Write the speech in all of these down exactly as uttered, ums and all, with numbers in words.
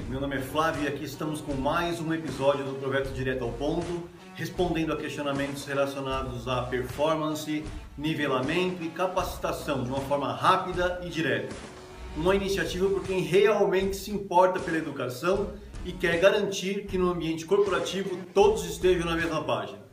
Meu nome é Flávio e aqui estamos com mais um episódio do Projeto Direto ao Ponto, respondendo a questionamentos relacionados a performance, nivelamento e capacitação de uma forma rápida e direta. Uma iniciativa por quem realmente se importa pela educação e quer garantir que no ambiente corporativo todos estejam na mesma página.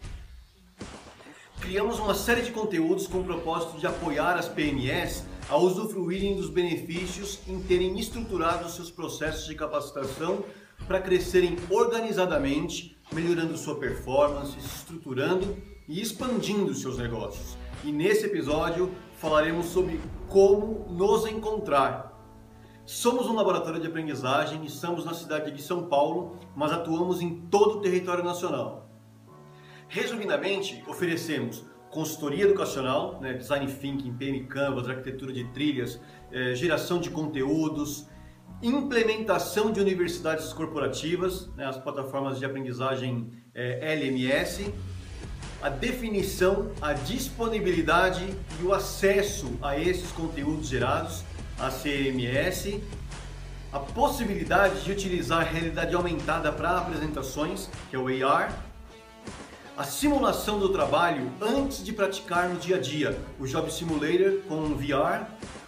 Criamos uma série de conteúdos com o propósito de apoiar as P M Es a usufruírem dos benefícios em terem estruturado seus processos de capacitação para crescerem organizadamente, melhorando sua performance, se estruturando e expandindo seus negócios. E nesse episódio falaremos sobre como nos encontrar. Somos um laboratório de aprendizagem e estamos na cidade de São Paulo, mas atuamos em todo o território nacional. Resumidamente, oferecemos consultoria educacional, né, design thinking, P M Canvas, arquitetura de trilhas, eh, geração de conteúdos, implementação de universidades corporativas, né, as plataformas de aprendizagem eh, L M S, a definição, a disponibilidade e o acesso a esses conteúdos gerados, a C M S, a possibilidade de utilizar realidade aumentada para apresentações, que é o A R, a simulação do trabalho antes de praticar no dia a dia, o Job Simulator com V R,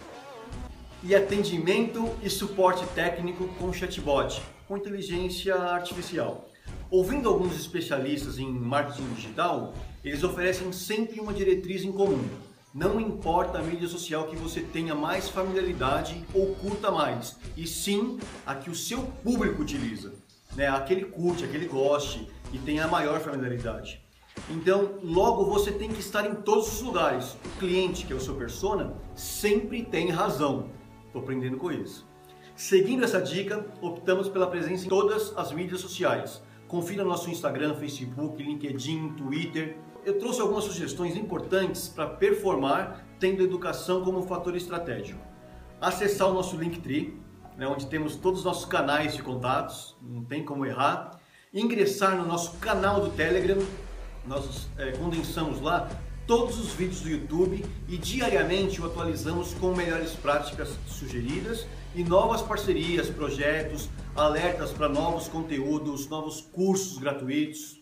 e atendimento e suporte técnico com chatbot, com inteligência artificial. Ouvindo alguns especialistas em marketing digital, eles oferecem sempre uma diretriz em comum. Não importa a mídia social que você tenha mais familiaridade ou curta mais, e sim a que o seu público utiliza, né? Aquele curte, aquele goste e tenha a maior familiaridade. Então, logo você tem que estar em todos os lugares. O cliente, que é o seu persona, sempre tem razão. Estou aprendendo com isso. Seguindo essa dica, optamos pela presença em todas as mídias sociais. Confira nosso Instagram, Facebook, LinkedIn, Twitter. Eu trouxe algumas sugestões importantes para performar, tendo educação como fator estratégico. Acessar o nosso Linktree, né, onde temos todos os nossos canais de contatos, não tem como errar. Ingressar no nosso canal do Telegram, nós é, condensamos lá todos os vídeos do YouTube e diariamente o atualizamos com melhores práticas sugeridas e novas parcerias, projetos, alertas para novos conteúdos, novos cursos gratuitos.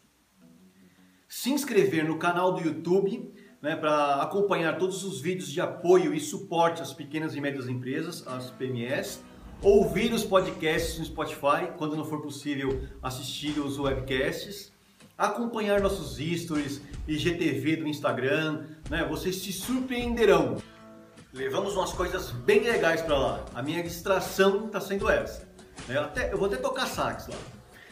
Se inscrever no canal do YouTube, né, para acompanhar todos os vídeos de apoio e suporte às pequenas e médias empresas, às P M Es. Ouvir os podcasts no Spotify, quando não for possível assistir os webcasts. Acompanhar nossos stories e G T V do Instagram, né? Vocês se surpreenderão. Levamos umas coisas bem legais para lá. A minha distração está sendo essa. Eu, até, eu vou até tocar sax lá.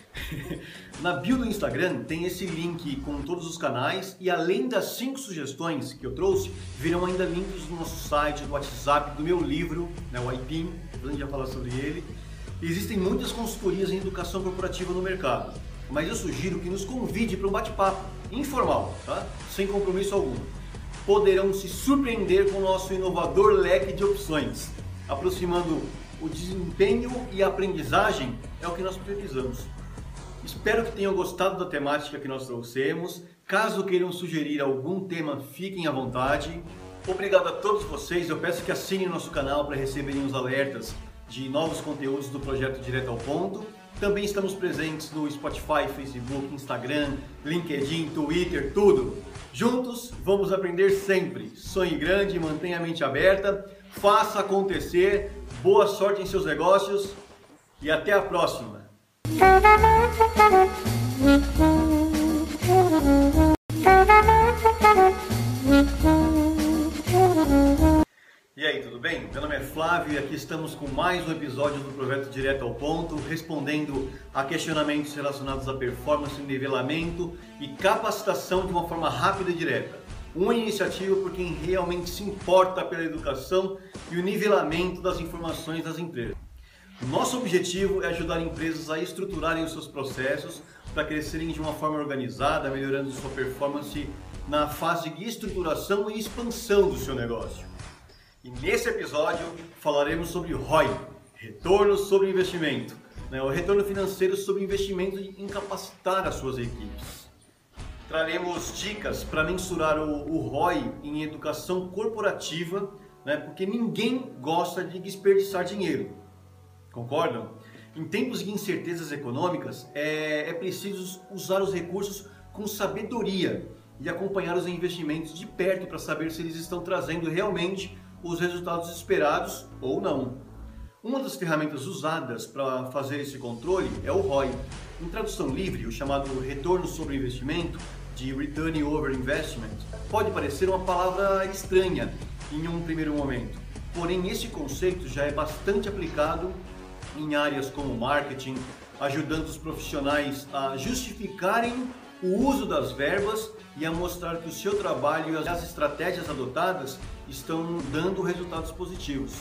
Na bio do Instagram tem esse link com todos os canais e além das cinco sugestões que eu trouxe, virão ainda links do nosso site, do WhatsApp, do meu livro, né, o I P I M, a gente já falar sobre ele. Existem muitas consultorias em educação corporativa no mercado, mas eu sugiro que nos convide para um bate-papo informal, tá? Sem compromisso algum. Poderão se surpreender com o nosso inovador leque de opções, aproximando o desempenho e a aprendizagem é o que nós priorizamos. Espero que tenham gostado da temática que nós trouxemos. Caso queiram sugerir algum tema, fiquem à vontade. Obrigado a todos vocês. Eu peço que assinem o nosso canal para receberem os alertas de novos conteúdos do Projeto Direto ao Ponto. Também estamos presentes no Spotify, Facebook, Instagram, LinkedIn, Twitter, tudo. Juntos, vamos aprender sempre. Sonhe grande, mantenha a mente aberta, faça acontecer. Boa sorte em seus negócios e até a próxima. E aí, tudo bem? Meu nome é Flávio e aqui estamos com mais um episódio do Projeto Direto ao Ponto, respondendo a questionamentos relacionados a performance, nivelamento e capacitação de uma forma rápida e direta. Uma iniciativa por quem realmente se importa pela educação e o nivelamento das informações das empresas. Nosso objetivo é ajudar empresas a estruturarem os seus processos para crescerem de uma forma organizada, melhorando sua performance na fase de estruturação e expansão do seu negócio. E nesse episódio falaremos sobre R O I, Retorno sobre Investimento, né? O retorno financeiro sobre investimento em capacitar as suas equipes. Traremos dicas para mensurar o, o R O I em educação corporativa, né? Porque ninguém gosta de desperdiçar dinheiro. Concordam? Em tempos de incertezas econômicas, é, é preciso usar os recursos com sabedoria e acompanhar os investimentos de perto para saber se eles estão trazendo realmente os resultados esperados ou não. Uma das ferramentas usadas para fazer esse controle é o R O I. Em tradução livre, o chamado retorno sobre investimento, de Return Over Investment, pode parecer uma palavra estranha em um primeiro momento. Porém, esse conceito já é bastante aplicado em áreas como marketing, ajudando os profissionais a justificarem o uso das verbas e a mostrar que o seu trabalho e as estratégias adotadas estão dando resultados positivos.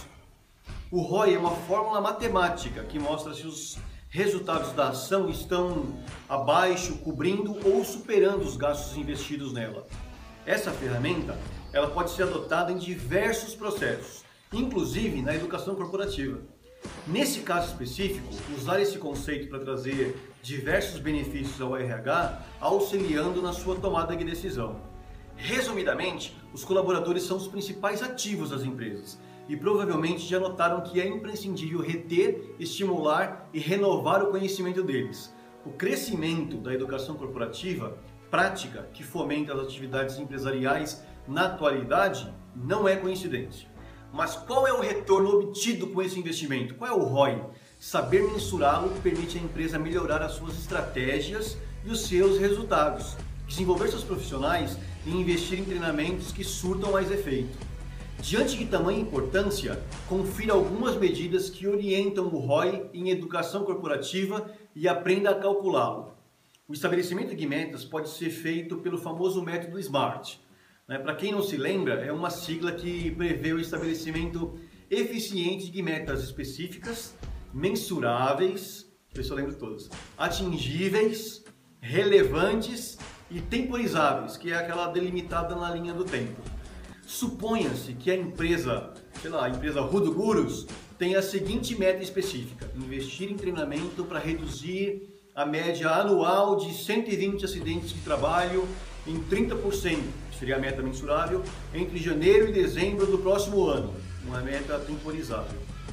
O R O I é uma fórmula matemática que mostra se os resultados da ação estão abaixo, cobrindo ou superando os gastos investidos nela. Essa ferramenta ela pode ser adotada em diversos processos, inclusive na educação corporativa. Nesse caso específico, usar esse conceito para trazer diversos benefícios ao R H, auxiliando na sua tomada de decisão. Resumidamente, os colaboradores são os principais ativos das empresas e provavelmente já notaram que é imprescindível reter, estimular e renovar o conhecimento deles. O crescimento da educação corporativa, prática que fomenta as atividades empresariais na atualidade, não é coincidência. Mas qual é o retorno obtido com esse investimento? Qual é o R O I? Saber mensurá-lo permite à empresa melhorar as suas estratégias e os seus resultados, desenvolver seus profissionais e investir em treinamentos que surtam mais efeito. Diante de tamanha importância, confira algumas medidas que orientam o R O I em educação corporativa e aprenda a calculá-lo. O estabelecimento de metas pode ser feito pelo famoso método SMART. Para quem não se lembra, é uma sigla que prevê o estabelecimento eficiente de metas específicas, mensuráveis, eu lembro todas, atingíveis, relevantes e temporizáveis, que é aquela delimitada na linha do tempo. Suponha-se que a empresa, sei lá, a empresa Rudo Gurus, tem a seguinte meta específica: investir em treinamento para reduzir a média anual de cento e vinte acidentes de trabalho em trinta por cento, que seria a meta mensurável, entre janeiro e dezembro do próximo ano, uma meta temporizável.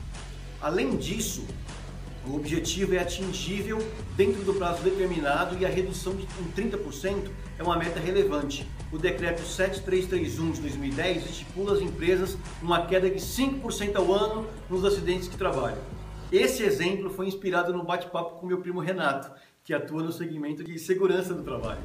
Além disso, o objetivo é atingível dentro do prazo determinado e a redução de, em trinta por cento é uma meta relevante. O decreto sete três três um de dois mil e dez estipula às empresas uma queda de cinco por cento ao ano nos acidentes de trabalho. Esse exemplo foi inspirado no bate-papo com meu primo Renato, que atua no segmento de segurança do trabalho.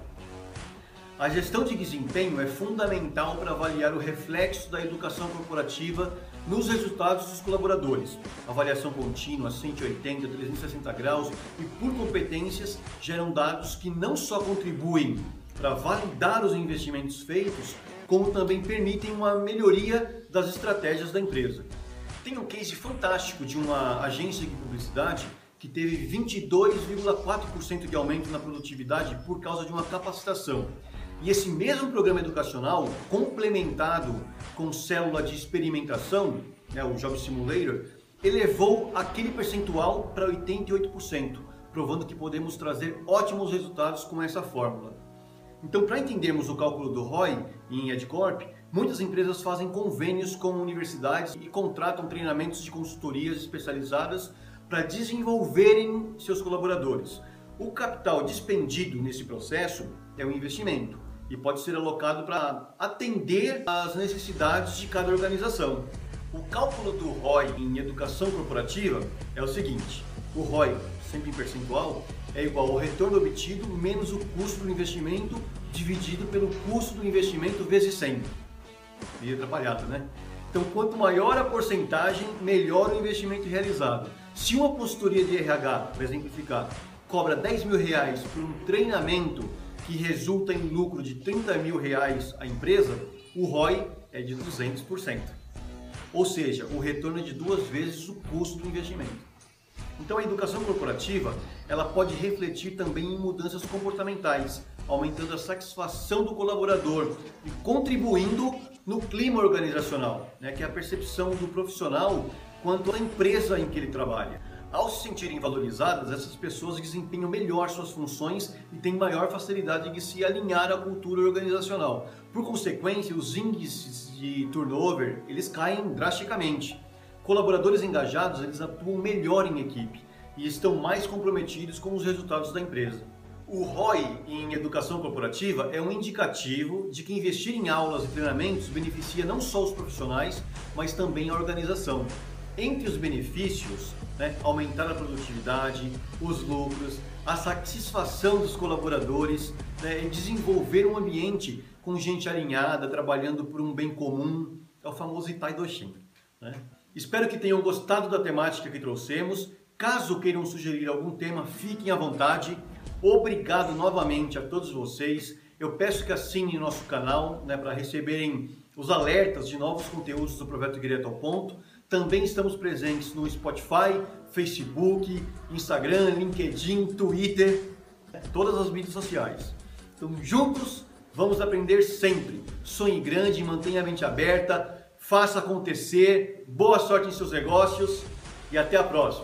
A gestão de desempenho é fundamental para avaliar o reflexo da educação corporativa nos resultados dos colaboradores. Avaliação contínua, cento e oitenta, trezentos e sessenta graus e por competências geram dados que não só contribuem para validar os investimentos feitos, como também permitem uma melhoria das estratégias da empresa. Tem um case fantástico de uma agência de publicidade que teve vinte e dois vírgula quatro por cento de aumento na produtividade por causa de uma capacitação. E esse mesmo programa educacional, complementado com célula de experimentação, né, o Job Simulator, elevou aquele percentual para oitenta e oito por cento, provando que podemos trazer ótimos resultados com essa fórmula. Então, para entendermos o cálculo do R O I em EdCorp, muitas empresas fazem convênios com universidades e contratam treinamentos de consultorias especializadas para desenvolverem seus colaboradores. O capital despendido nesse processo é um investimento e pode ser alocado para atender às necessidades de cada organização. O cálculo do R O I em educação corporativa é o seguinte: o R O I, sempre em percentual, é igual ao retorno obtido menos o custo do investimento dividido pelo custo do investimento vezes cem. Meio atrapalhado, né? Então, quanto maior a porcentagem, melhor o investimento realizado. Se uma consultoria de R H, para exemplificar, cobra dez mil reais por um treinamento que resulta em lucro de trinta mil reais à empresa, o R O I é de duzentos por cento. Ou seja, o retorno é de duas vezes o custo do investimento. Então a educação corporativa ela pode refletir também em mudanças comportamentais, aumentando a satisfação do colaborador e contribuindo no clima organizacional, né, que é a percepção do profissional quanto à empresa em que ele trabalha. Ao se sentirem valorizadas, essas pessoas desempenham melhor suas funções e têm maior facilidade de se alinhar à cultura organizacional. Por consequência, os índices de turnover eles caem drasticamente. Colaboradores engajados eles atuam melhor em equipe e estão mais comprometidos com os resultados da empresa. O R O I em educação corporativa é um indicativo de que investir em aulas e treinamentos beneficia não só os profissionais, mas também a organização. Entre os benefícios, né, aumentar a produtividade, os lucros, a satisfação dos colaboradores, né, e desenvolver um ambiente com gente alinhada, trabalhando por um bem comum, é o famoso Itai Doshin, né? Espero que tenham gostado da temática que trouxemos. Caso queiram sugerir algum tema, fiquem à vontade. Obrigado novamente a todos vocês. Eu peço que assinem o nosso canal, né, para receberem os alertas de novos conteúdos do Projeto Direto ao Ponto. Também estamos presentes no Spotify, Facebook, Instagram, LinkedIn, Twitter, todas as mídias sociais. Então, juntos, vamos aprender sempre. Sonhe grande, mantenha a mente aberta, faça acontecer. Boa sorte em seus negócios e até a próxima.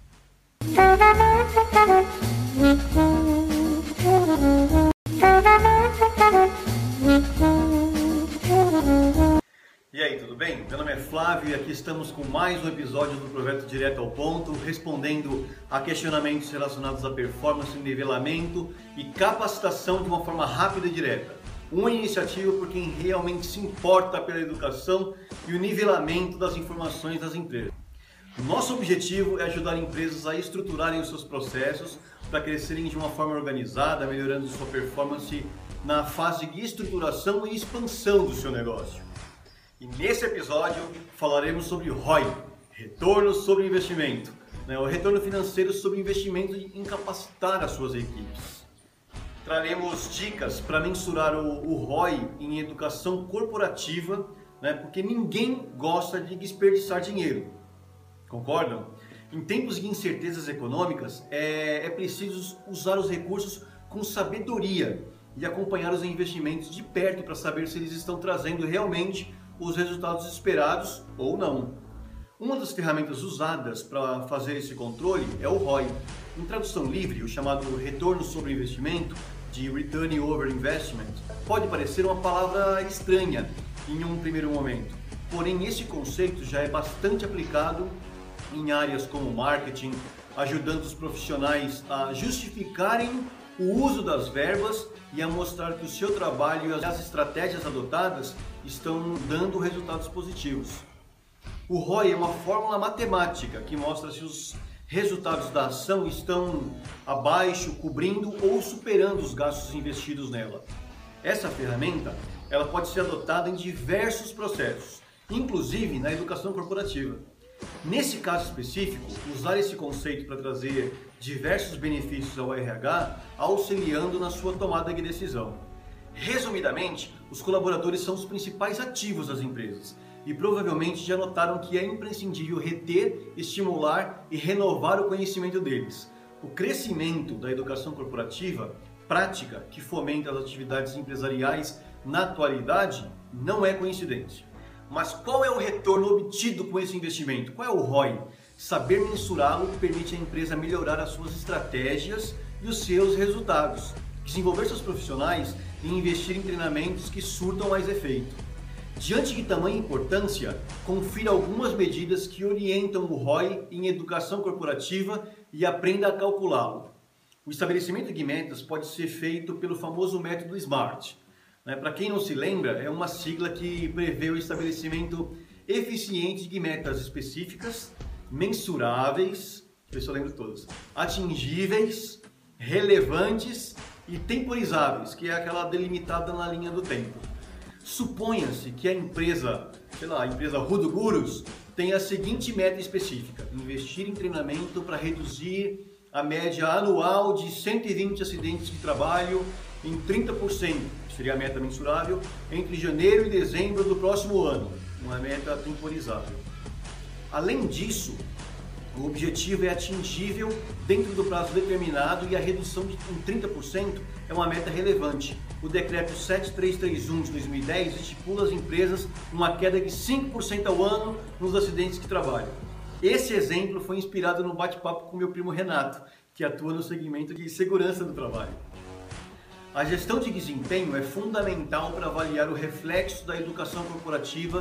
E aí, tudo bem? Meu nome é Flávio e aqui estamos com mais um episódio do Projeto Direto ao Ponto, respondendo a questionamentos relacionados a performance, nivelamento e capacitação de uma forma rápida e direta. Uma iniciativa por quem realmente se importa pela educação e o nivelamento das informações das empresas. Nosso objetivo é ajudar empresas a estruturarem os seus processos para crescerem de uma forma organizada, melhorando sua performance na fase de estruturação e expansão do seu negócio. E nesse episódio falaremos sobre R O I, retorno sobre investimento, né? O retorno financeiro sobre investimento em capacitar as suas equipes. Traremos dicas para mensurar o, o R O I em educação corporativa, né? Porque ninguém gosta de desperdiçar dinheiro. Concordam? Em tempos de incertezas econômicas, é, é preciso usar os recursos com sabedoria e acompanhar os investimentos de perto para saber se eles estão trazendo realmente os resultados esperados ou não. Uma das ferramentas usadas para fazer esse controle é o R O I. Em tradução livre, o chamado retorno sobre investimento, de Return Over Investment, pode parecer uma palavra estranha em um primeiro momento. Porém, esse conceito já é bastante aplicado em áreas como marketing, ajudando os profissionais a justificarem o uso das verbas e a mostrar que o seu trabalho e as estratégias adotadas estão dando resultados positivos. O R O I é uma fórmula matemática que mostra se os resultados da ação estão abaixo, cobrindo ou superando os gastos investidos nela. Essa ferramenta ela pode ser adotada em diversos processos, inclusive na educação corporativa. Nesse caso específico, usar esse conceito para trazer diversos benefícios ao R H, auxiliando na sua tomada de decisão. Resumidamente, os colaboradores são os principais ativos das empresas e provavelmente já notaram que é imprescindível reter, estimular e renovar o conhecimento deles. O crescimento da educação corporativa, prática que fomenta as atividades empresariais na atualidade, não é coincidência. Mas qual é o retorno obtido com esse investimento? Qual é o R O I? Saber mensurá-lo permite à empresa melhorar as suas estratégias e os seus resultados, desenvolver seus profissionais e investir em treinamentos que surtam mais efeito. Diante de tamanha importância, confira algumas medidas que orientam o R O I em educação corporativa e aprenda a calculá-lo. O estabelecimento de metas pode ser feito pelo famoso método SMART. Para quem não se lembra, é uma sigla que prevê o estabelecimento eficiente de metas específicas, mensuráveis, deixa eu lembro todas, atingíveis, relevantes e temporizáveis, que é aquela delimitada na linha do tempo. Suponha-se que a empresa, sei lá, a empresa Rudo Gurus, tem a seguinte meta específica: investir em treinamento para reduzir a média anual de cento e vinte acidentes de trabalho em trinta por cento, que seria a meta mensurável, entre janeiro e dezembro do próximo ano, uma meta temporizável. Além disso, o objetivo é atingível dentro do prazo determinado e a redução de, em trinta por cento é uma meta relevante. O decreto sete três três um de dois mil e dez estipula às empresas uma queda de cinco por cento ao ano nos acidentes de trabalho. Esse exemplo foi inspirado no bate-papo com meu primo Renato, que atua no segmento de segurança do trabalho. A gestão de desempenho é fundamental para avaliar o reflexo da educação corporativa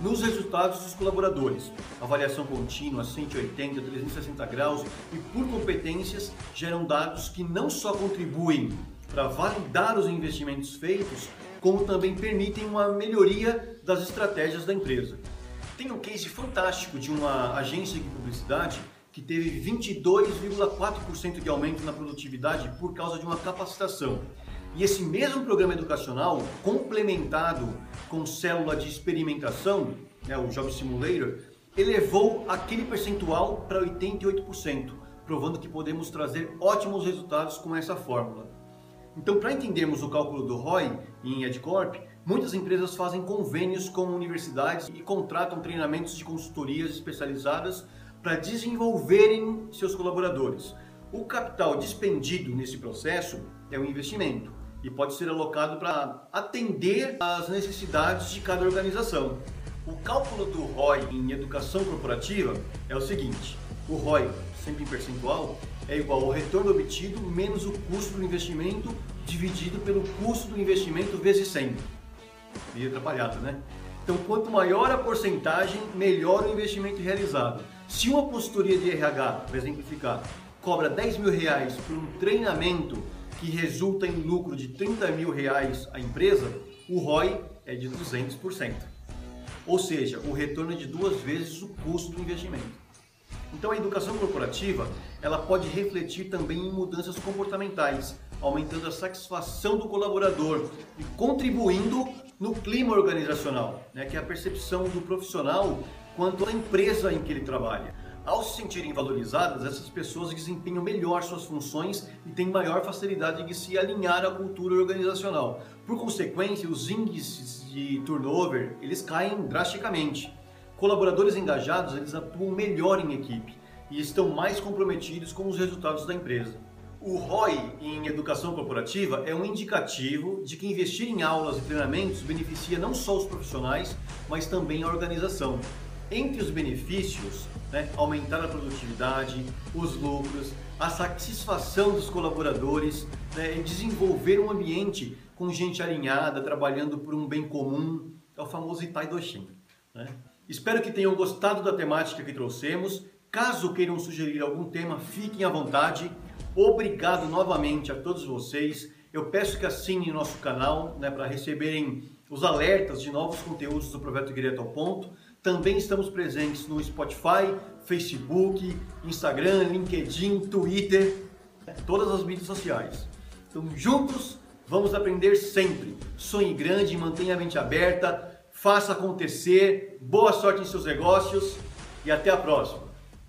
nos resultados dos colaboradores. Avaliação contínua, cento e oitenta, trezentos e sessenta graus e por competências geram dados que não só contribuem para validar os investimentos feitos, como também permitem uma melhoria das estratégias da empresa. Tem um case fantástico de uma agência de publicidade que teve vinte e dois vírgula quatro por cento de aumento na produtividade por causa de uma capacitação. E esse mesmo programa educacional, complementado com célula de experimentação, né, o Job Simulator, elevou aquele percentual para oitenta e oito por cento, provando que podemos trazer ótimos resultados com essa fórmula. Então, para entendermos o cálculo do R O I em EdCorp, muitas empresas fazem convênios com universidades e contratam treinamentos de consultorias especializadas para desenvolverem seus colaboradores. O capital despendido nesse processo é um investimento e pode ser alocado para atender às necessidades de cada organização. O cálculo do R O I em educação corporativa é o seguinte: o R O I, sempre em percentual, é igual ao retorno obtido menos o custo do investimento dividido pelo custo do investimento vezes cem. Meio atrapalhado, né? Então, quanto maior a porcentagem, melhor o investimento realizado. Se uma consultoria de R H, para exemplificar, cobra dez mil reais por um treinamento que resulta em lucro de trinta mil reais à empresa, o R O I é de duzentos por cento. Ou seja, o retorno é de duas vezes o custo do investimento. Então a educação corporativa ela pode refletir também em mudanças comportamentais, aumentando a satisfação do colaborador e contribuindo no clima organizacional, né, que é a percepção do profissional quanto à empresa em que ele trabalha. Ao se sentirem valorizadas, essas pessoas desempenham melhor suas funções e têm maior facilidade de se alinhar à cultura organizacional. Por consequência, os índices de turnover eles caem drasticamente. Colaboradores engajados eles atuam melhor em equipe e estão mais comprometidos com os resultados da empresa. O R O I em educação corporativa é um indicativo de que investir em aulas e treinamentos beneficia não só os profissionais, mas também a organização. Entre os benefícios, né, aumentar a produtividade, os lucros, a satisfação dos colaboradores, né, e desenvolver um ambiente com gente alinhada, trabalhando por um bem comum, é o famoso Itai Doshin, né? Espero que tenham gostado da temática que trouxemos. Caso queiram sugerir algum tema, fiquem à vontade. Obrigado novamente a todos vocês. Eu peço que assinem o nosso canal, né, para receberem os alertas de novos conteúdos do Projeto Direto ao Ponto. Também estamos presentes no Spotify, Facebook, Instagram, LinkedIn, Twitter, todas as mídias sociais. Então, juntos, vamos aprender sempre. Sonhe grande, mantenha a mente aberta, faça acontecer, boa sorte em seus negócios e até a próxima.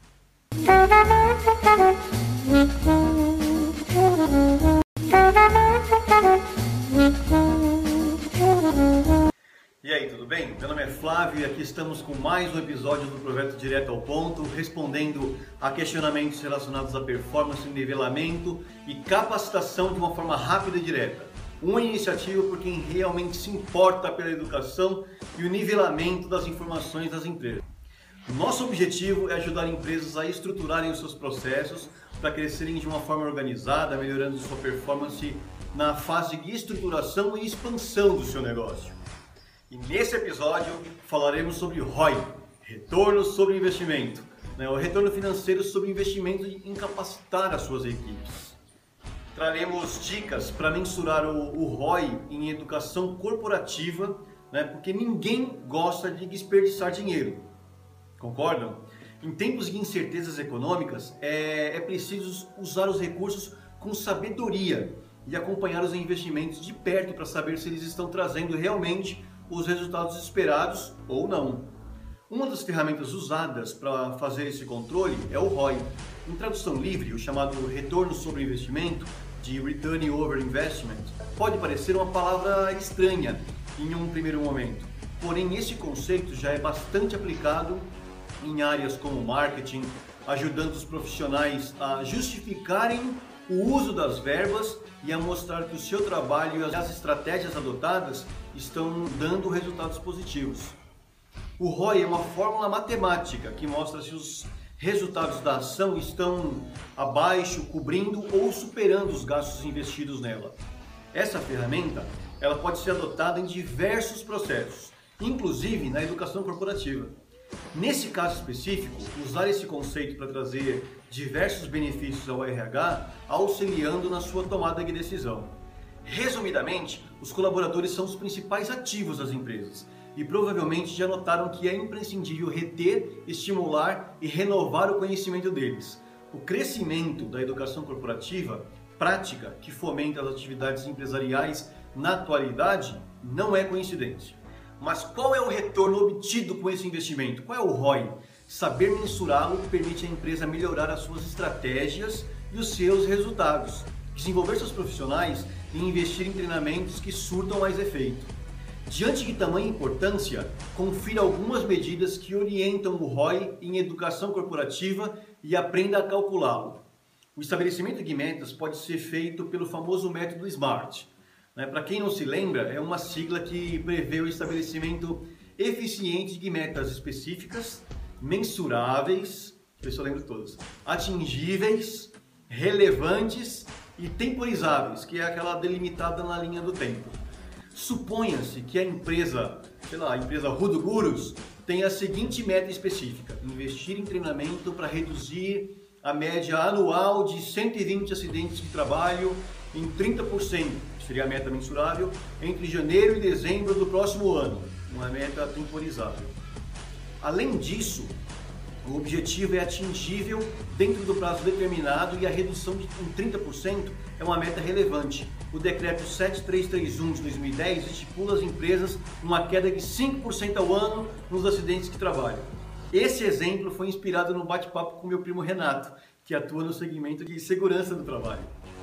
E aí, tudo bem? Meu nome é Flávio e aqui estamos com mais um episódio do Projeto Direto ao Ponto, respondendo a questionamentos relacionados a performance, nivelamento e capacitação de uma forma rápida e direta. Uma iniciativa por quem realmente se importa pela educação e o nivelamento das informações das empresas. Nosso objetivo é ajudar empresas a estruturarem os seus processos para crescerem de uma forma organizada, melhorando sua performance na fase de estruturação e expansão do seu negócio. E nesse episódio falaremos sobre R O I, retorno sobre investimento, né? O retorno financeiro sobre investimento em capacitar as suas equipes. Traremos dicas para mensurar o, o R O I em educação corporativa, né? Porque ninguém gosta de desperdiçar dinheiro. Concordam? Em tempos de incertezas econômicas, é, é preciso usar os recursos com sabedoria e acompanhar os investimentos de perto para saber se eles estão trazendo realmente os resultados esperados ou não. Uma das ferramentas usadas para fazer esse controle é o R O I. Em tradução livre, o chamado retorno sobre investimento, de Return Over Investment, pode parecer uma palavra estranha em um primeiro momento. Porém, esse conceito já é bastante aplicado em áreas como marketing, ajudando os profissionais a justificarem o uso das verbas e a mostrar que o seu trabalho e as estratégias adotadas estão dando resultados positivos. O R O I é uma fórmula matemática que mostra se os resultados da ação estão abaixo, cobrindo ou superando os gastos investidos nela. Essa ferramenta ela pode ser adotada em diversos processos, inclusive na educação corporativa. Nesse caso específico, usar esse conceito para trazer diversos benefícios ao R H, auxiliando na sua tomada de decisão. Resumidamente, os colaboradores são os principais ativos das empresas e provavelmente já notaram que é imprescindível reter, estimular e renovar o conhecimento deles. O crescimento da educação corporativa, prática que fomenta as atividades empresariais na atualidade, não é coincidência. Mas qual é o retorno obtido com esse investimento? Qual é o R O I? Saber mensurá-lo permite à empresa melhorar as suas estratégias e os seus resultados, desenvolver seus profissionais e investir em treinamentos que surtam mais efeito. Diante de tamanha importância, confira algumas medidas que orientam o R O I em educação corporativa e aprenda a calculá-lo. O estabelecimento de metas pode ser feito pelo famoso método SMART. Para quem não se lembra, é uma sigla que prevê o estabelecimento eficiente de metas específicas, mensuráveis, deixa eu lembro todas, atingíveis, relevantes e temporizáveis, que é aquela delimitada na linha do tempo. Suponha-se que a empresa, sei lá, a empresa Rudo Gurus, tem a seguinte meta específica: investir em treinamento para reduzir a média anual de cento e vinte acidentes de trabalho em trinta por cento, que seria a meta mensurável, entre janeiro e dezembro do próximo ano, uma meta temporizável. Além disso, o objetivo é atingível dentro do prazo determinado e a redução de, em trinta por cento é uma meta relevante. O decreto sete três três um de dois mil e dez estipula às empresas uma queda de cinco por cento ao ano nos acidentes de trabalho. Esse exemplo foi inspirado no bate-papo com meu primo Renato, que atua no segmento de segurança do trabalho.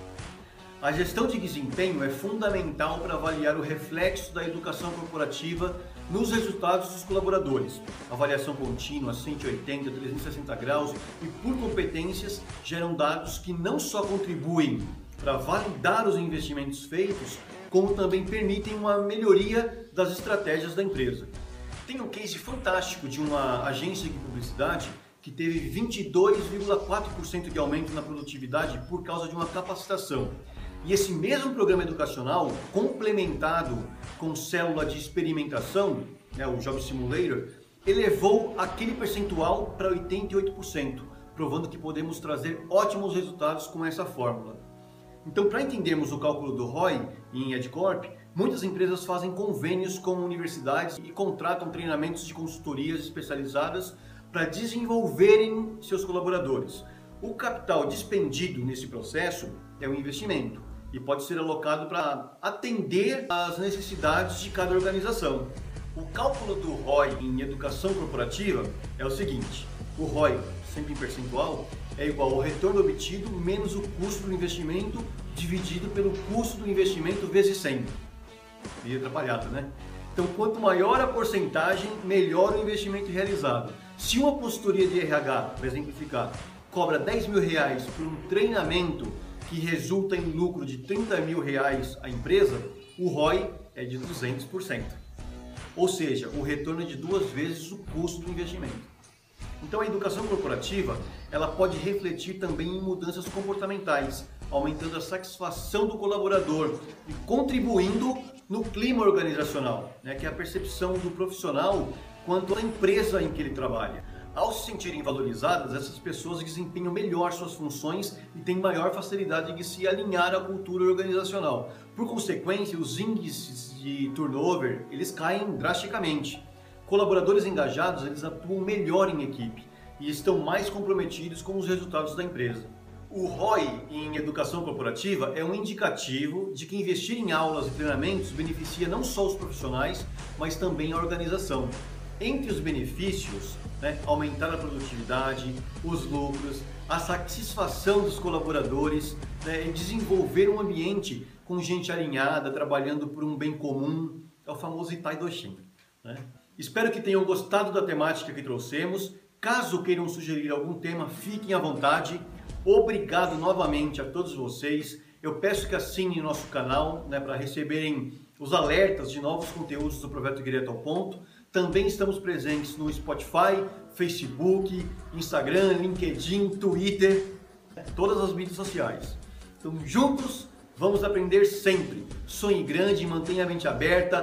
A gestão de desempenho é fundamental para avaliar o reflexo da educação corporativa nos resultados dos colaboradores. Avaliação contínua, cento e oitenta, trezentos e sessenta graus e por competências geram dados que não só contribuem para validar os investimentos feitos, como também permitem uma melhoria das estratégias da empresa. Tem um case fantástico de uma agência de publicidade que teve vinte e dois vírgula quatro por cento de aumento na produtividade por causa de uma capacitação. E esse mesmo programa educacional, complementado com célula de experimentação, né, o Job Simulator, elevou aquele percentual para oitenta e oito por cento, provando que podemos trazer ótimos resultados com essa fórmula. Então, para entendermos o cálculo do R O I em EdCorp, muitas empresas fazem convênios com universidades e contratam treinamentos de consultorias especializadas para desenvolverem seus colaboradores. O capital despendido nesse processo é um investimento e pode ser alocado para atender às necessidades de cada organização. O cálculo do R O I em educação corporativa é o seguinte: o R O I, sempre em percentual, é igual ao retorno obtido menos o custo do investimento dividido pelo custo do investimento vezes cem. Meio atrapalhado, né? Então, quanto maior a porcentagem, melhor o investimento realizado. Se uma consultoria de R H, para exemplificar, cobra dez mil reais por um treinamento que resulta em lucro de trinta mil reais à empresa, o R O I é de duzentos por cento. Ou seja, o retorno é de duas vezes o custo do investimento. Então a educação corporativa ela pode refletir também em mudanças comportamentais, aumentando a satisfação do colaborador e contribuindo no clima organizacional, né, que é a percepção do profissional quanto à empresa em que ele trabalha. Ao se sentirem valorizadas, essas pessoas desempenham melhor suas funções e têm maior facilidade de se alinhar à cultura organizacional. Por consequência, os índices de turnover eles caem drasticamente. Colaboradores engajados eles atuam melhor em equipe e estão mais comprometidos com os resultados da empresa. O R O I em educação corporativa é um indicativo de que investir em aulas e treinamentos beneficia não só os profissionais, mas também a organização. Entre os benefícios, né, aumentar a produtividade, os lucros, a satisfação dos colaboradores, né, e desenvolver um ambiente com gente alinhada, trabalhando por um bem comum, é o famoso Itai Doshin, né? Espero que tenham gostado da temática que trouxemos. Caso queiram sugerir algum tema, fiquem à vontade. Obrigado novamente a todos vocês. Eu peço que assinem nosso canal, né, para receberem os alertas de novos conteúdos do Projeto Direto ao Ponto. Também estamos presentes no Spotify, Facebook, Instagram, LinkedIn, Twitter, todas as mídias sociais. Então, juntos, vamos aprender sempre. Sonhe grande, mantenha a mente aberta,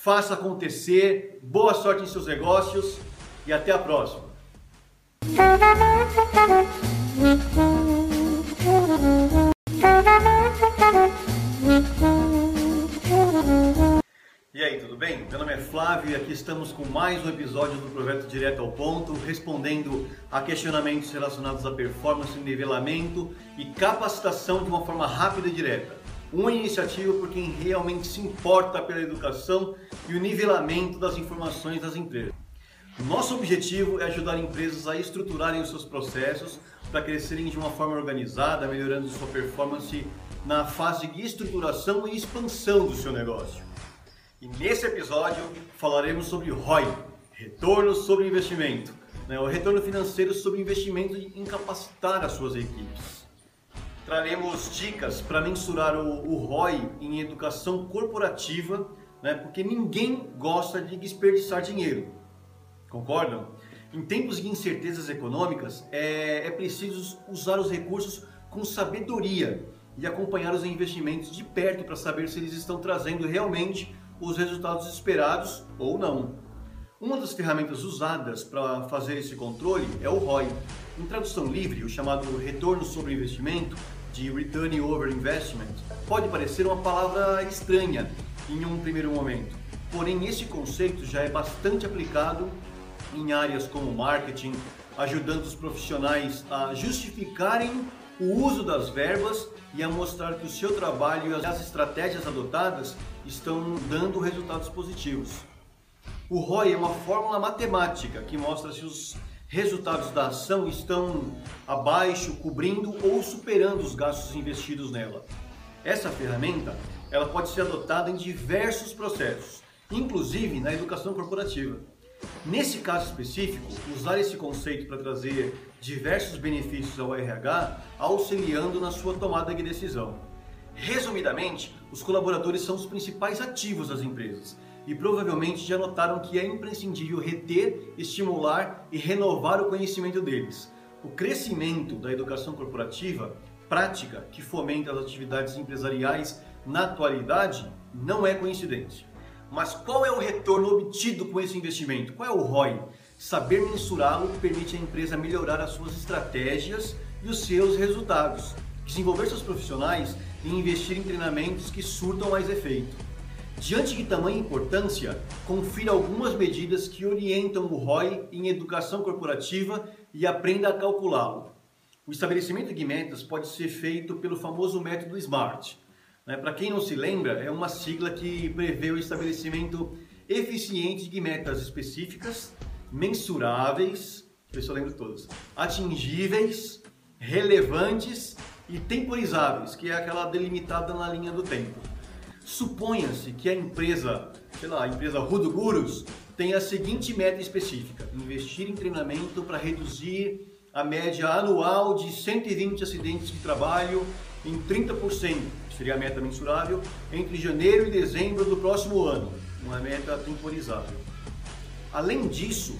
faça acontecer, boa sorte em seus negócios e até a próxima. E aí, tudo bem? Meu nome é Flávio e aqui estamos com mais um episódio do Projeto Direto ao Ponto, respondendo a questionamentos relacionados à performance, nivelamento e capacitação de uma forma rápida e direta. Uma iniciativa por quem realmente se importa pela educação e o nivelamento das informações das empresas. O nosso objetivo é ajudar empresas a estruturarem os seus processos para crescerem de uma forma organizada, melhorando sua performance na fase de estruturação e expansão do seu negócio. E nesse episódio falaremos sobre R O I, Retorno sobre Investimento, né? O retorno financeiro sobre investimento em capacitar as suas equipes. Traremos dicas para mensurar o, o R O I em educação corporativa, né? Porque ninguém gosta de desperdiçar dinheiro. Concordam? Em tempos de incertezas econômicas, é, é preciso usar os recursos com sabedoria e acompanhar os investimentos de perto para saber se eles estão trazendo realmente os resultados esperados ou não. Uma das ferramentas usadas para fazer esse controle é o R O I. Em tradução livre, o chamado retorno sobre investimento, de Return Over Investment, pode parecer uma palavra estranha em um primeiro momento. Porém, esse conceito já é bastante aplicado em áreas como marketing, ajudando os profissionais a justificarem o uso das verbas e a mostrar que o seu trabalho e as estratégias adotadas estão dando resultados positivos. O R O I é uma fórmula matemática que mostra se os resultados da ação estão abaixo, cobrindo ou superando os gastos investidos nela. Essa ferramenta ela pode ser adotada em diversos processos, inclusive na educação corporativa. Nesse caso específico, usar esse conceito para trazer diversos benefícios ao R H, auxiliando na sua tomada de decisão. Resumidamente, os colaboradores são os principais ativos das empresas e provavelmente já notaram que é imprescindível reter, estimular e renovar o conhecimento deles. O crescimento da educação corporativa, prática que fomenta as atividades empresariais na atualidade, não é coincidência. Mas qual é o retorno obtido com esse investimento? Qual é o R O I? Saber mensurá-lo permite à empresa melhorar as suas estratégias e os seus resultados, desenvolver seus profissionais e investir em treinamentos que surtam mais efeito. Diante de tamanha importância, confira algumas medidas que orientam o R O I em educação corporativa e aprenda a calculá-lo. O estabelecimento de metas pode ser feito pelo famoso método SMART. Para quem não se lembra, é uma sigla que prevê o estabelecimento eficiente de metas específicas, mensuráveis, eu só lembro todas, atingíveis, relevantes e temporizáveis, que é aquela delimitada na linha do tempo. Suponha-se que a empresa, sei lá, a empresa Rudo Gurus, tem a seguinte meta específica: investir em treinamento para reduzir a média anual de cento e vinte acidentes de trabalho em trinta por cento, que seria a meta mensurável, entre janeiro e dezembro do próximo ano, uma meta temporizável. Além disso,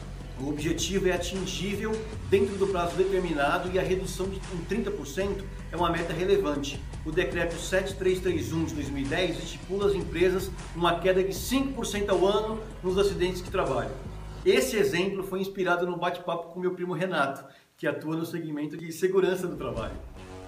o objetivo é atingível dentro do prazo determinado e a redução de, em trinta por cento é uma meta relevante. O decreto sete três três um de dois mil e dez estipula às empresas uma queda de cinco por cento ao ano nos acidentes de trabalho. Esse exemplo foi inspirado no bate-papo com meu primo Renato, que atua no segmento de segurança do trabalho.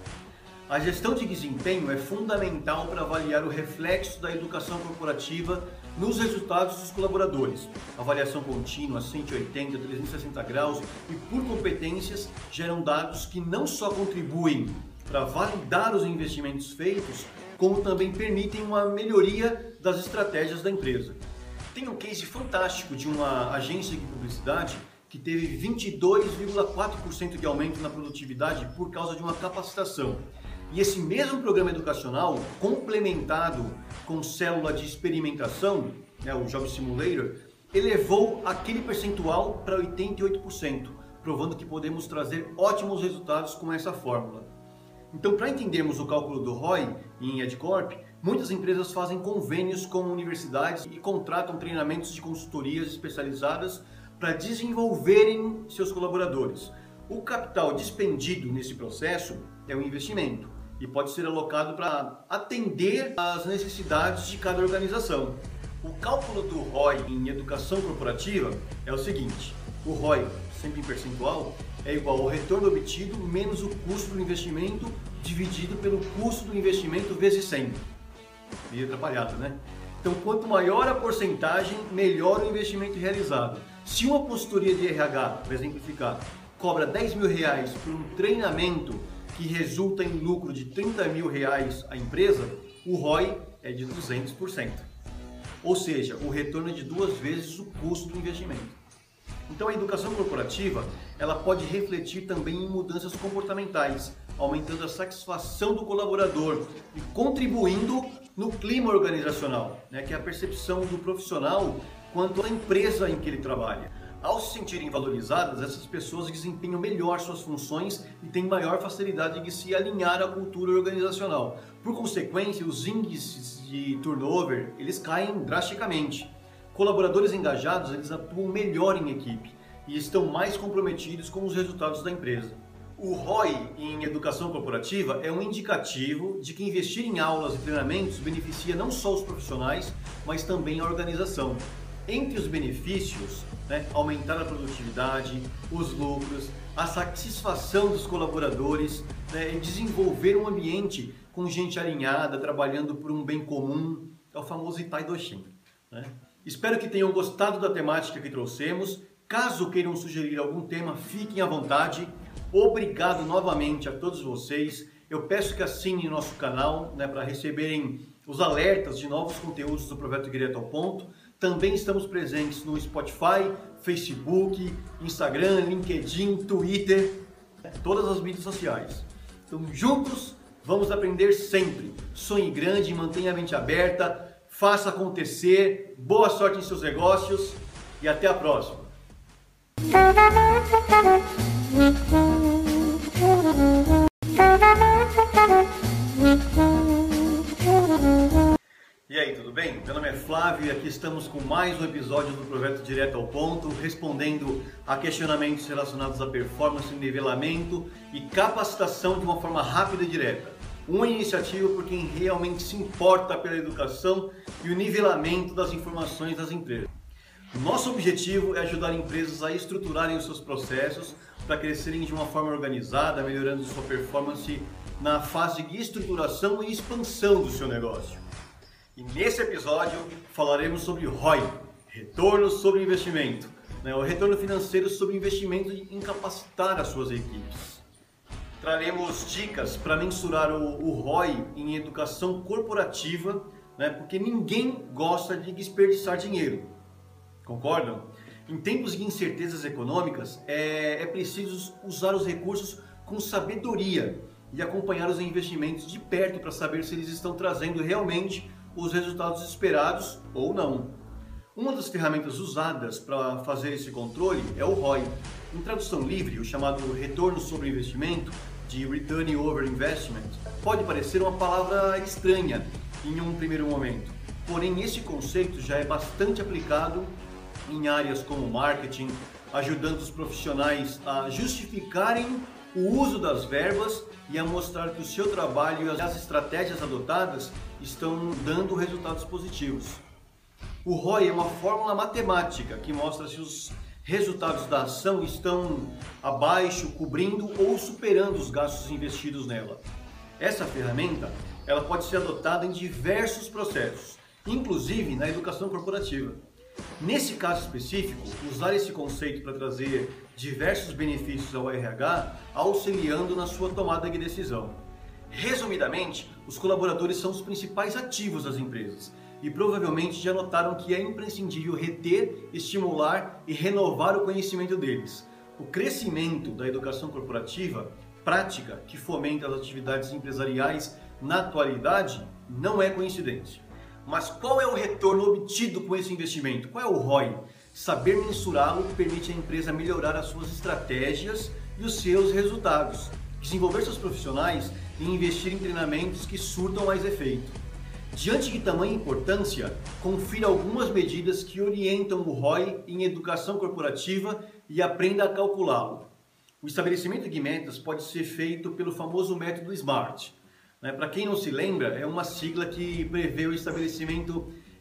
A gestão de desempenho é fundamental para avaliar o reflexo da educação corporativa nos resultados dos colaboradores. Avaliação contínua, cento e oitenta, trezentos e sessenta graus e por competências geram dados que não só contribuem para validar os investimentos feitos, como também permitem uma melhoria das estratégias da empresa. Tem um case fantástico de uma agência de publicidade que teve vinte e dois vírgula quatro por cento de aumento na produtividade por causa de uma capacitação. E esse mesmo programa educacional, complementado com célula de experimentação, né, o Job Simulator, elevou aquele percentual para oitenta e oito por cento, provando que podemos trazer ótimos resultados com essa fórmula. Então, para entendermos o cálculo do R O I em EdCorp, muitas empresas fazem convênios com universidades e contratam treinamentos de consultorias especializadas para desenvolverem seus colaboradores. O capital despendido nesse processo é um investimento e pode ser alocado para atender às necessidades de cada organização. O cálculo do R O I em educação corporativa é o seguinte: o R O I, sempre em percentual, é igual ao retorno obtido menos o custo do investimento dividido pelo custo do investimento vezes cem. Meio atrapalhado, né? Então, quanto maior a porcentagem, melhor o investimento realizado. Se uma consultoria de R H, para exemplificar, cobra dez mil reais por um treinamento que resulta em lucro de trinta mil reais à empresa, o R O I é de duzentos por cento. Ou seja, o retorno é de duas vezes o custo do investimento. Então a educação corporativa ela pode refletir também em mudanças comportamentais, aumentando a satisfação do colaborador e contribuindo no clima organizacional, né, que é a percepção do profissional quanto à empresa em que ele trabalha. Ao se sentirem valorizadas, essas pessoas desempenham melhor suas funções e têm maior facilidade de se alinhar à cultura organizacional. Por consequência, os índices de turnover eles caem drasticamente. Colaboradores engajados eles atuam melhor em equipe e estão mais comprometidos com os resultados da empresa. O R O I em educação corporativa é um indicativo de que investir em aulas e treinamentos beneficia não só os profissionais, mas também a organização. Entre os benefícios, né, aumentar a produtividade, os lucros, a satisfação dos colaboradores, né, e desenvolver um ambiente com gente alinhada, trabalhando por um bem comum, é o famoso Itai Doshin, né? Espero que tenham gostado da temática que trouxemos. Caso queiram sugerir algum tema, fiquem à vontade. Obrigado novamente a todos vocês. Eu peço que assinem nosso canal, né, para receberem os alertas de novos conteúdos do Projeto Direto ao Ponto. Também estamos presentes no Spotify, Facebook, Instagram, LinkedIn, Twitter, todas as mídias sociais. Então, juntos, vamos aprender sempre. Sonhe grande, mantenha a mente aberta, faça acontecer, boa sorte em seus negócios e até a próxima. E aí, tudo bem? Meu nome é Flávio e aqui estamos com mais um episódio do Projeto Direto ao Ponto, respondendo a questionamentos relacionados à performance, nivelamento e capacitação de uma forma rápida e direta. Uma iniciativa por quem realmente se importa pela educação e o nivelamento das informações das empresas. O nosso objetivo é ajudar empresas a estruturarem os seus processos para crescerem de uma forma organizada, melhorando sua performance na fase de estruturação e expansão do seu negócio. E nesse episódio falaremos sobre R O I, retorno sobre investimento, né? O retorno financeiro sobre investimento em capacitar as suas equipes. Traremos dicas para mensurar o, o R O I em educação corporativa, né? Porque ninguém gosta de desperdiçar dinheiro. Concordam? Em tempos de incertezas econômicas, é, é preciso usar os recursos com sabedoria e acompanhar os investimentos de perto para saber se eles estão trazendo realmente os resultados esperados ou não. Uma das ferramentas usadas para fazer esse controle é o R O I. Em tradução livre, o chamado retorno sobre investimento, de Return Over Investment, pode parecer uma palavra estranha em um primeiro momento. Porém, esse conceito já é bastante aplicado em áreas como marketing, ajudando os profissionais a justificarem o uso das verbas e a mostrar que o seu trabalho e as estratégias adotadas estão dando resultados positivos. O R O I é uma fórmula matemática que mostra se os resultados da ação estão abaixo, cobrindo ou superando os gastos investidos nela. Essa ferramenta ela pode ser adotada em diversos processos, inclusive na educação corporativa. Nesse caso específico, usar esse conceito para trazer diversos benefícios ao R H, auxiliando na sua tomada de decisão. Resumidamente, os colaboradores são os principais ativos das empresas e provavelmente já notaram que é imprescindível reter, estimular e renovar o conhecimento deles. O crescimento da educação corporativa, prática que fomenta as atividades empresariais na atualidade, não é coincidência. Mas qual é o retorno obtido com esse investimento? Qual é o R O I? Saber mensurá-lo permite à empresa melhorar as suas estratégias e os seus resultados, desenvolver seus profissionais e investir em treinamentos que surtam mais efeito. Diante de tamanha importância, confira algumas medidas que orientam o R O I em educação corporativa e aprenda a calculá-lo. O estabelecimento de metas pode ser feito pelo famoso método SMART. Para quem não se lembra, é uma sigla que prevê o estabelecimento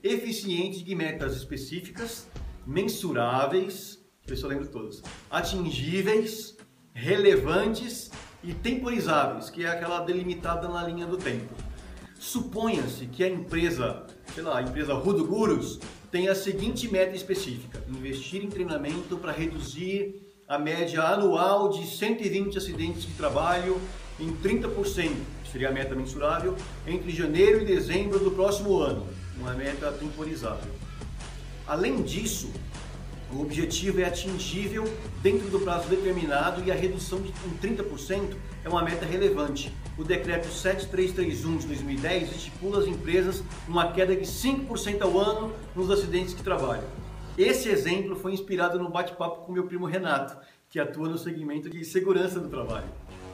eficiente de metas específicas, mensuráveis, deixa eu ver se eu lembro todas, atingíveis, relevantes e temporizáveis, que é aquela delimitada na linha do tempo. Suponha-se que a empresa, sei lá, a empresa Rudo Gurus, tem a seguinte meta específica: investir em treinamento para reduzir a média anual de cento e vinte acidentes de trabalho em trinta por cento, que seria a meta mensurável, entre janeiro e dezembro do próximo ano, uma meta temporizável. Além disso, o objetivo é atingível dentro do prazo determinado e a redução de, em trinta por cento é uma meta relevante. O decreto sete três três um de dois mil e dez estipula às empresas uma queda de cinco por cento ao ano nos acidentes de trabalho. Esse exemplo foi inspirado no bate-papo com meu primo Renato, que atua no segmento de segurança do trabalho.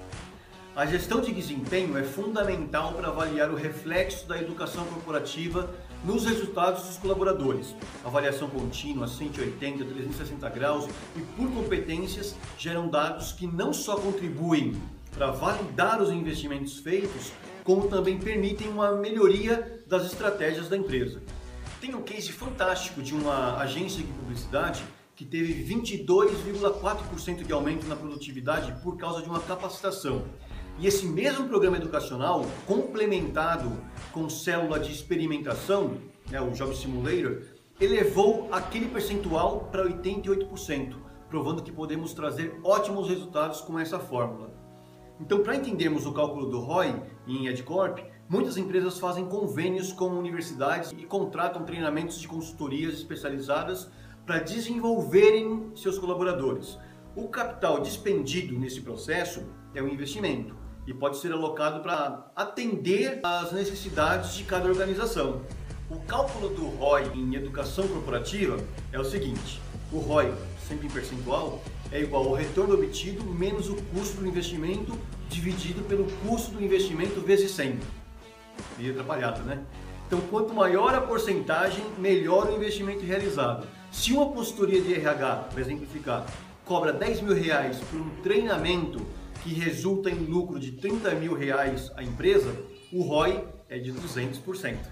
A gestão de desempenho é fundamental para avaliar o reflexo da educação corporativa nos resultados dos colaboradores. Avaliação contínua, cento e oitenta, trezentos e sessenta graus e por competências geram dados que não só contribuem para validar os investimentos feitos, como também permitem uma melhoria das estratégias da empresa. Tem um case fantástico de uma agência de publicidade que teve vinte e dois vírgula quatro por cento de aumento na produtividade por causa de uma capacitação. E esse mesmo programa educacional, complementado com célula de experimentação, né, o Job Simulator, elevou aquele percentual para oitenta e oito por cento, provando que podemos trazer ótimos resultados com essa fórmula. Então, para entendermos o cálculo do R O I em EdCorp, muitas empresas fazem convênios com universidades e contratam treinamentos de consultorias especializadas para desenvolverem seus colaboradores. O capital despendido nesse processo é um investimento e pode ser alocado para atender às necessidades de cada organização. O cálculo do R O I em educação corporativa é o seguinte: o R O I, sempre em percentual, é igual ao retorno obtido menos o custo do investimento dividido pelo custo do investimento vezes cem. Meio atrapalhado, né? Então, quanto maior a porcentagem, melhor o investimento realizado. Se uma consultoria de R H, para exemplificar, cobra dez mil reais por um treinamento que resulta em lucro de trinta mil reais à empresa, o R O I é de duzentos por cento.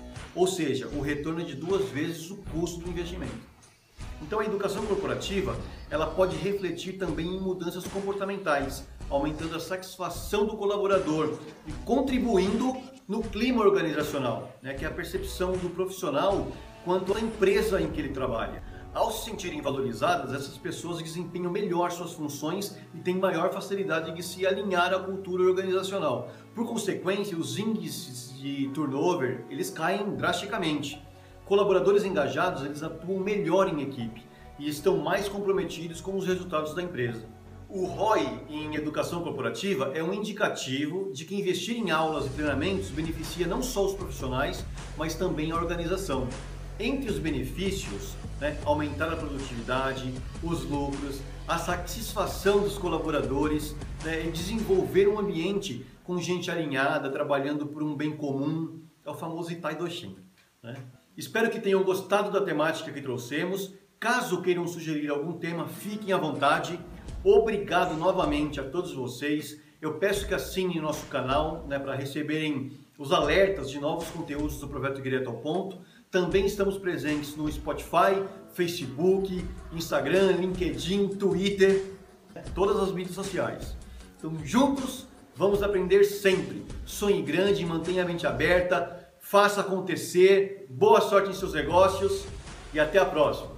Ou seja, o retorno é de duas vezes o custo do investimento. Então a educação corporativa ela pode refletir também em mudanças comportamentais, aumentando a satisfação do colaborador e contribuindo no clima organizacional, né, que é a percepção do profissional quanto à empresa em que ele trabalha. Ao se sentirem valorizadas, essas pessoas desempenham melhor suas funções e têm maior facilidade de se alinhar à cultura organizacional. Por consequência, os índices de turnover eles caem drasticamente. Colaboradores engajados eles atuam melhor em equipe e estão mais comprometidos com os resultados da empresa. O R O I em educação corporativa é um indicativo de que investir em aulas e treinamentos beneficia não só os profissionais, mas também a organização. Entre os benefícios, né, aumentar a produtividade, os lucros, a satisfação dos colaboradores, né, e desenvolver um ambiente com gente alinhada, trabalhando por um bem comum, é o famoso Itai Doshin, né? Espero que tenham gostado da temática que trouxemos. Caso queiram sugerir algum tema, fiquem à vontade. Obrigado novamente a todos vocês. Eu peço que assinem nosso canal, né, para receberem os alertas de novos conteúdos do Projeto Direto ao Ponto. Também estamos presentes no Spotify, Facebook, Instagram, LinkedIn, Twitter, todas as mídias sociais. Então, juntos, vamos aprender sempre. Sonhe grande, mantenha a mente aberta, faça acontecer, boa sorte em seus negócios e até a próxima.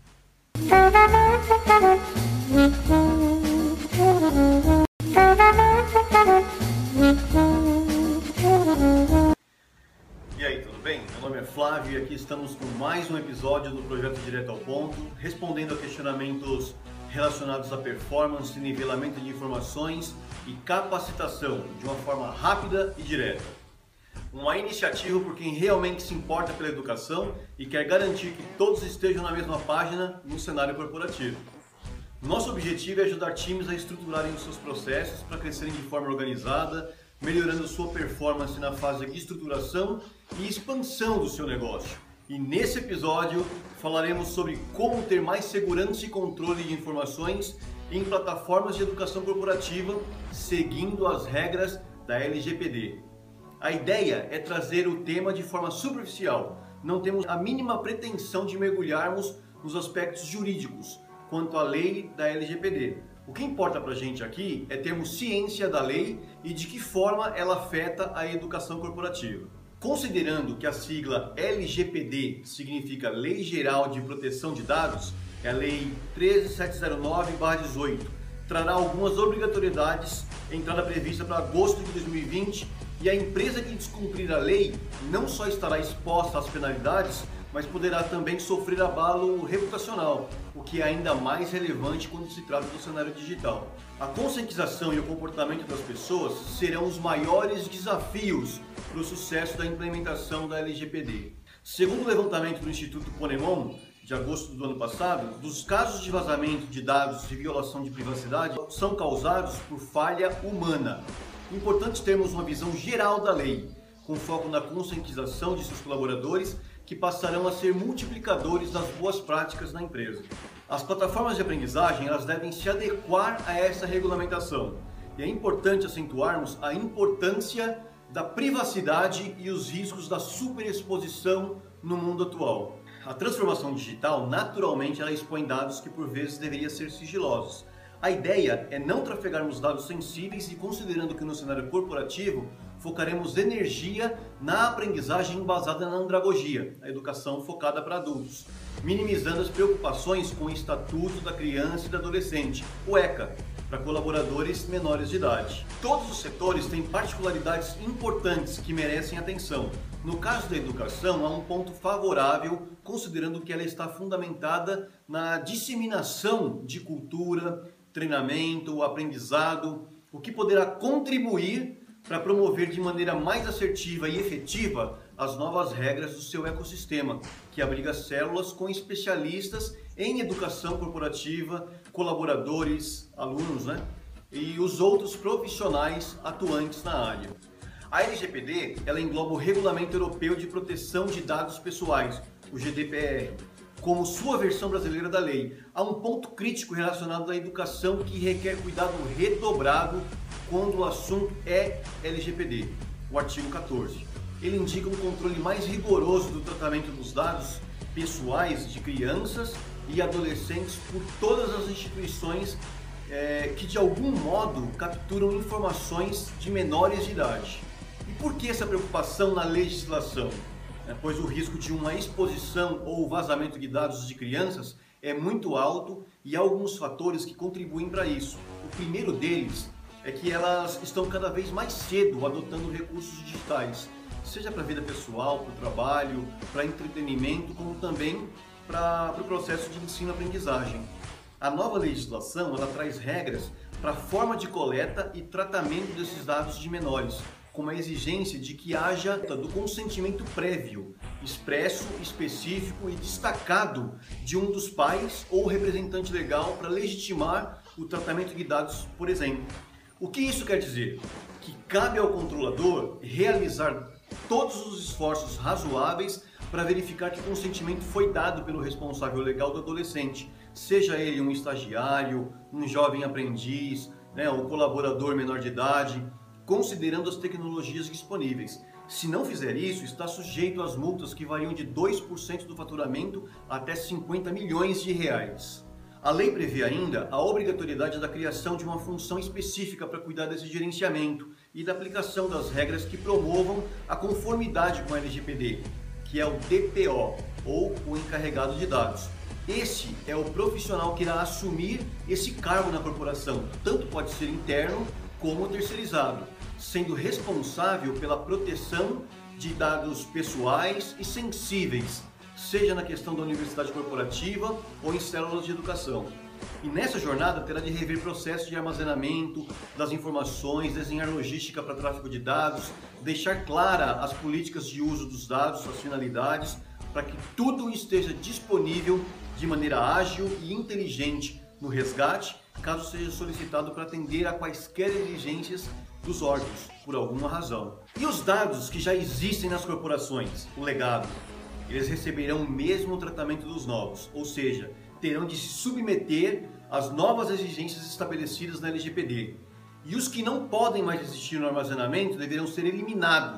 E aí, tudo bem? Meu nome é Flávio e aqui estamos com mais um episódio do Projeto Direto ao Ponto, respondendo a questionamentos relacionados à performance, nivelamento de informações e capacitação de uma forma rápida e direta. Uma iniciativa por quem realmente se importa pela educação e quer garantir que todos estejam na mesma página no cenário corporativo. Nosso objetivo é ajudar times a estruturarem os seus processos para crescerem de forma organizada, melhorando sua performance na fase de estruturação e expansão do seu negócio. E nesse episódio falaremos sobre como ter mais segurança e controle de informações em plataformas de educação corporativa, seguindo as regras da L G P D. A ideia é trazer o tema de forma superficial, não temos a mínima pretensão de mergulharmos nos aspectos jurídicos quanto à lei da L G P D. O que importa para a gente aqui é termos ciência da lei e de que forma ela afeta a educação corporativa. Considerando que a sigla L G P D significa Lei Geral de Proteção de Dados, é a Lei treze mil setecentos e nove barra dezoito, trará algumas obrigatoriedades, entrada prevista para agosto de dois mil e vinte, e a empresa que descumprir a lei não só estará exposta às penalidades, mas poderá também sofrer abalo reputacional, o que é ainda mais relevante quando se trata do cenário digital. A conscientização e o comportamento das pessoas serão os maiores desafios para o sucesso da implementação da L G P D. Segundo o levantamento do Instituto Ponemon, de agosto do ano passado, dos casos de vazamento de dados e violação de privacidade são causados por falha humana. Importante termos uma visão geral da lei, com foco na conscientização de seus colaboradores, que passarão a ser multiplicadores das boas práticas na empresa. As plataformas de aprendizagem elas devem se adequar a essa regulamentação. E é importante acentuarmos a importância da privacidade e os riscos da superexposição no mundo atual. A transformação digital, naturalmente, ela expõe dados que por vezes deveriam ser sigilosos. A ideia é não trafegarmos dados sensíveis e, considerando que no cenário corporativo focaremos energia na aprendizagem embasada na andragogia, a educação focada para adultos, minimizando as preocupações com o Estatuto da Criança e do Adolescente, o ECA, para colaboradores menores de idade. Todos os setores têm particularidades importantes que merecem atenção. No caso da educação, há um ponto favorável, considerando que ela está fundamentada na disseminação de cultura, treinamento, aprendizado, o que poderá contribuir para promover de maneira mais assertiva e efetiva as novas regras do seu ecossistema, que abriga células com especialistas em educação corporativa, colaboradores, alunos, né? E os outros profissionais atuantes na área. A L G P D ela engloba o Regulamento Europeu de Proteção de Dados Pessoais, o G D P R, como sua versão brasileira da lei. Há um ponto crítico relacionado à educação que requer cuidado redobrado quando o assunto é L G P D, o artigo quatorze. Ele indica um controle mais rigoroso do tratamento dos dados pessoais de crianças e adolescentes por todas as instituições é, que de algum modo capturam informações de menores de idade. E por que essa preocupação na legislação? É, pois o risco de uma exposição ou vazamento de dados de crianças é muito alto e há alguns fatores que contribuem para isso. O primeiro deles é que elas estão cada vez mais cedo adotando recursos digitais, seja para a vida pessoal, para o trabalho, para entretenimento, como também para o processo de ensino-aprendizagem. A nova legislação ela traz regras para a forma de coleta e tratamento desses dados de menores, com a exigência de que haja do consentimento prévio, expresso, específico e destacado de um dos pais ou representante legal para legitimar o tratamento de dados, por exemplo. O que isso quer dizer? Que cabe ao controlador realizar todos os esforços razoáveis para verificar que o consentimento foi dado pelo responsável legal do adolescente, seja ele um estagiário, um jovem aprendiz, né, um colaborador menor de idade, considerando as tecnologias disponíveis. Se não fizer isso, está sujeito às multas que variam de dois por cento do faturamento até cinquenta milhões de reais. A lei prevê ainda a obrigatoriedade da criação de uma função específica para cuidar desse gerenciamento e da aplicação das regras que promovam a conformidade com a L G P D, que é o D P O, ou o encarregado de dados. Esse é o profissional que irá assumir esse cargo na corporação, tanto pode ser interno como terceirizado, sendo responsável pela proteção de dados pessoais e sensíveis, seja na questão da universidade corporativa ou em células de educação. E nessa jornada terá de rever processos de armazenamento das informações, desenhar logística para tráfego de dados, deixar clara as políticas de uso dos dados, as finalidades, para que tudo esteja disponível de maneira ágil e inteligente no resgate, caso seja solicitado para atender a quaisquer exigências dos órgãos, por alguma razão. E os dados que já existem nas corporações, o legado, eles receberão o mesmo tratamento dos novos, ou seja, terão de se submeter às novas exigências estabelecidas na L G P D. E os que não podem mais existir no armazenamento deverão ser eliminados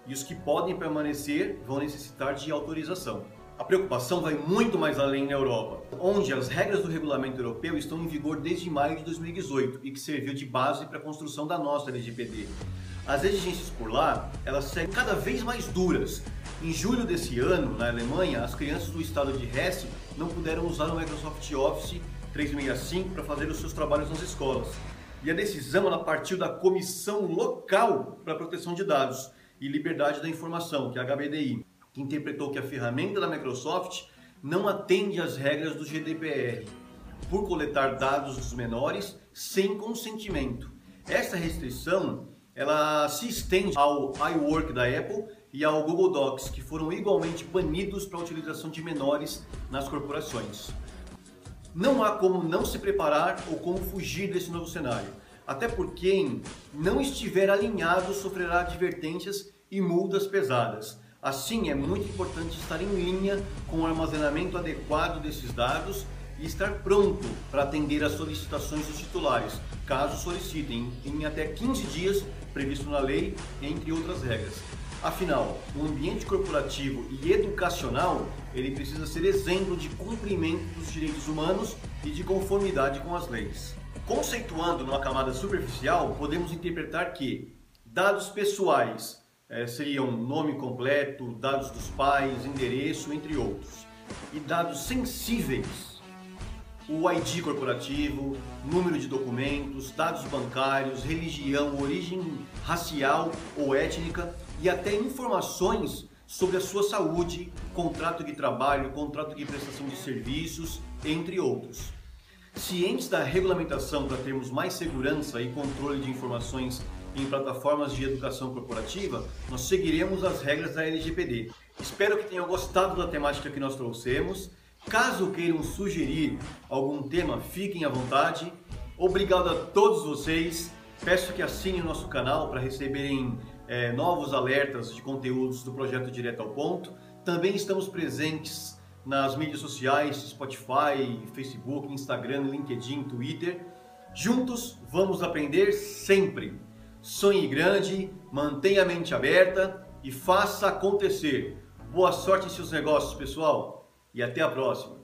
e os que podem permanecer vão necessitar de autorização. A preocupação vai muito mais além na Europa, onde as regras do regulamento europeu estão em vigor desde maio de dois mil e dezoito e que serviu de base para a construção da nossa L G P D. As exigências por lá, elas seguem cada vez mais duras. Em julho desse ano, na Alemanha, as crianças do estado de Hesse não puderam usar o Microsoft Office trezentos e sessenta e cinco para fazer os seus trabalhos nas escolas. E a decisão ela partiu da Comissão Local para a Proteção de Dados e Liberdade da Informação, que é a H B D I, que interpretou que a ferramenta da Microsoft não atende às regras do G D P R, por coletar dados dos menores sem consentimento. Essa restrição ela se estende ao iWork da Apple e ao Google Docs, que foram igualmente banidos para a utilização de menores nas corporações. Não há como não se preparar ou como fugir desse novo cenário, até porque quem não estiver alinhado sofrerá advertências e multas pesadas. Assim, é muito importante estar em linha com o armazenamento adequado desses dados e estar pronto para atender às solicitações dos titulares, caso solicitem, em até quinze dias, previsto na lei, entre outras regras. Afinal, o ambiente corporativo e educacional, ele precisa ser exemplo de cumprimento dos direitos humanos e de conformidade com as leis. Conceituando numa camada superficial, podemos interpretar que dados pessoais eh, seriam nome completo, dados dos pais, endereço, entre outros. E dados sensíveis, o I D corporativo, número de documentos, dados bancários, religião, origem racial ou étnica e até informações sobre a sua saúde, contrato de trabalho, contrato de prestação de serviços, entre outros. Cientes da regulamentação para termos mais segurança e controle de informações em plataformas de educação corporativa, nós seguiremos as regras da L G P D. Espero que tenham gostado da temática que nós trouxemos. Caso queiram sugerir algum tema, fiquem à vontade. Obrigado a todos vocês. Peço que assinem o nosso canal para receberem é, novos alertas de conteúdos do projeto Direto ao Ponto. Também estamos presentes nas mídias sociais, Spotify, Facebook, Instagram, LinkedIn, Twitter. Juntos vamos aprender sempre. Sonhe grande, mantenha a mente aberta e faça acontecer. Boa sorte em seus negócios, pessoal! E até a próxima!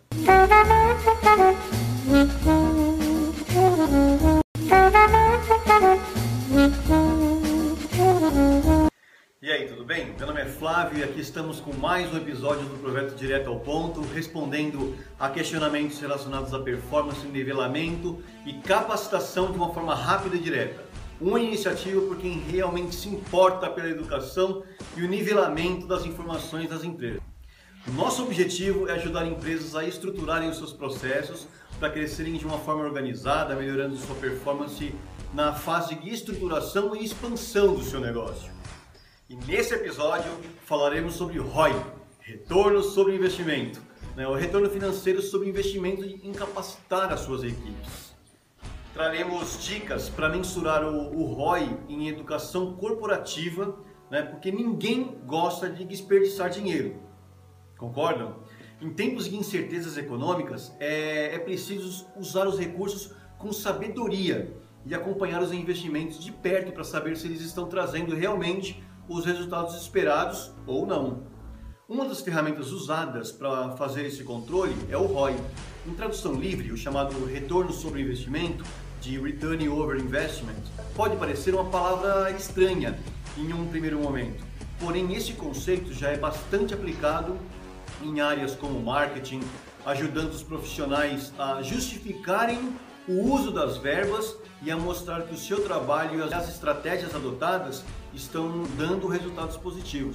E aí, tudo bem? Meu nome é Flávio e aqui estamos com mais um episódio do Projeto Direto ao Ponto, respondendo a questionamentos relacionados a performance, nivelamento e capacitação de uma forma rápida e direta. Uma iniciativa por quem realmente se importa pela educação e o nivelamento das informações das empresas. Nosso objetivo é ajudar empresas a estruturarem os seus processos para crescerem de uma forma organizada, melhorando sua performance na fase de estruturação e expansão do seu negócio. E nesse episódio falaremos sobre R O I, Retorno sobre Investimento, né? O retorno financeiro sobre investimento em capacitar as suas equipes. Traremos dicas para mensurar o, o R O I em educação corporativa, né? Porque ninguém gosta de desperdiçar dinheiro. Concordam? Em tempos de incertezas econômicas, é, é preciso usar os recursos com sabedoria e acompanhar os investimentos de perto para saber se eles estão trazendo realmente os resultados esperados ou não. Uma das ferramentas usadas para fazer esse controle é o R O I. Em tradução livre, o chamado retorno sobre investimento, de Return Over Investment, pode parecer uma palavra estranha em um primeiro momento. Porém, esse conceito já é bastante aplicado em áreas como marketing, ajudando os profissionais a justificarem o uso das verbas e a mostrar que o seu trabalho e as estratégias adotadas estão dando resultados positivos.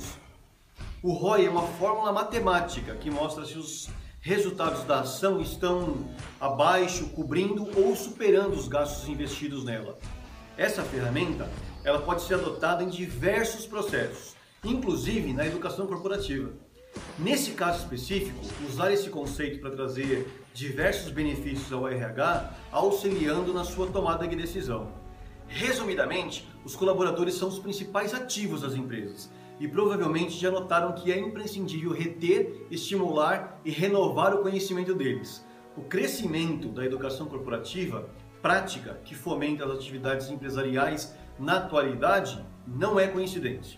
O R O I é uma fórmula matemática que mostra se os resultados da ação estão abaixo, cobrindo ou superando os gastos investidos nela. Essa ferramenta ela pode ser adotada em diversos processos, inclusive na educação corporativa. Nesse caso específico, usar esse conceito para trazer diversos benefícios ao R H, auxiliando na sua tomada de decisão. Resumidamente, os colaboradores são os principais ativos das empresas e provavelmente já notaram que é imprescindível reter, estimular e renovar o conhecimento deles. O crescimento da educação corporativa, prática que fomenta as atividades empresariais na atualidade, não é coincidência.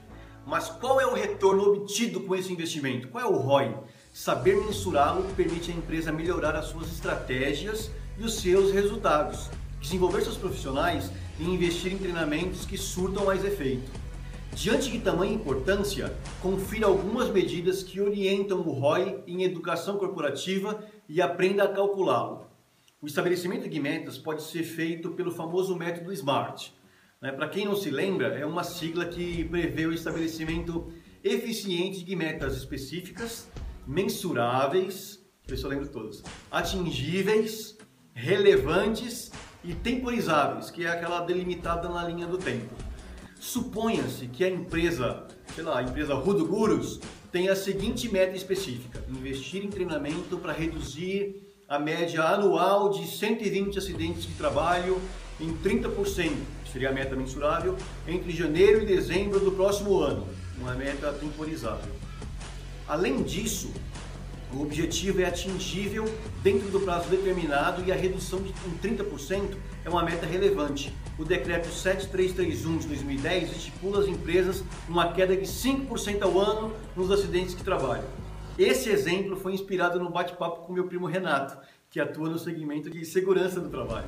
Mas qual é o retorno obtido com esse investimento? Qual é o R O I? Saber mensurá-lo permite à empresa melhorar as suas estratégias e os seus resultados, desenvolver seus profissionais e investir em treinamentos que surtam mais efeito. Diante de tamanha importância, confira algumas medidas que orientam o R O I em educação corporativa e aprenda a calculá-lo. O estabelecimento de metas pode ser feito pelo famoso método SMART. Para quem não se lembra, é uma sigla que prevê o estabelecimento eficiente de metas específicas, mensuráveis, ver se eu lembro todos, atingíveis, relevantes e temporizáveis, que é aquela delimitada na linha do tempo. Suponha-se que a empresa, sei lá, a empresa Rudo Gurus, tem a seguinte meta específica: investir em treinamento para reduzir a média anual de cento e vinte acidentes de trabalho em trinta por cento, que seria a meta mensurável, entre janeiro e dezembro do próximo ano, uma meta temporizável. Além disso, o objetivo é atingível dentro do prazo determinado e a redução de, em trinta por cento é uma meta relevante. O decreto sete três três um de dois mil e dez estipula às empresas uma queda de cinco por cento ao ano nos acidentes de trabalho. Esse exemplo foi inspirado no bate-papo com meu primo Renato, que atua no segmento de segurança do trabalho.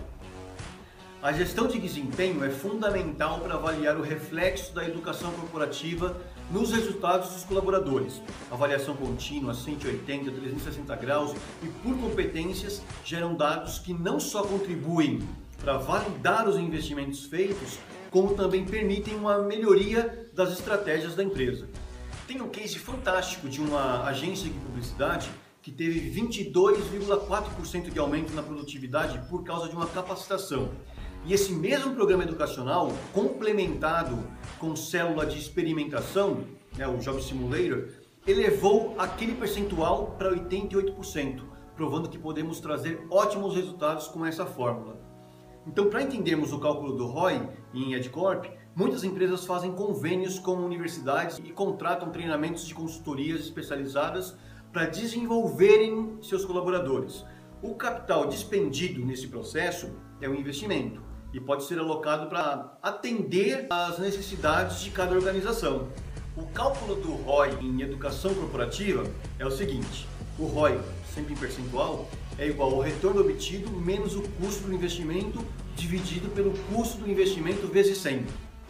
A gestão de desempenho é fundamental para avaliar o reflexo da educação corporativa nos resultados dos colaboradores. Avaliação contínua, cento e oitenta, trezentos e sessenta graus e por competências geram dados que não só contribuem para validar os investimentos feitos, como também permitem uma melhoria das estratégias da empresa. Tem um case fantástico de uma agência de publicidade que teve vinte e dois vírgula quatro por cento de aumento na produtividade por causa de uma capacitação. E esse mesmo programa educacional, complementado com célula de experimentação, né, o Job Simulator, elevou aquele percentual para oitenta e oito por cento, provando que podemos trazer ótimos resultados com essa fórmula. Então, para entendermos o cálculo do R O I em EdCorp, muitas empresas fazem convênios com universidades e contratam treinamentos de consultorias especializadas para desenvolverem seus colaboradores. O capital despendido nesse processo é um investimento e pode ser alocado para atender às necessidades de cada organização. O cálculo do R O I em educação corporativa é o seguinte: o R O I, sempre em percentual, é igual ao retorno obtido menos o custo do investimento dividido pelo custo do investimento vezes cem.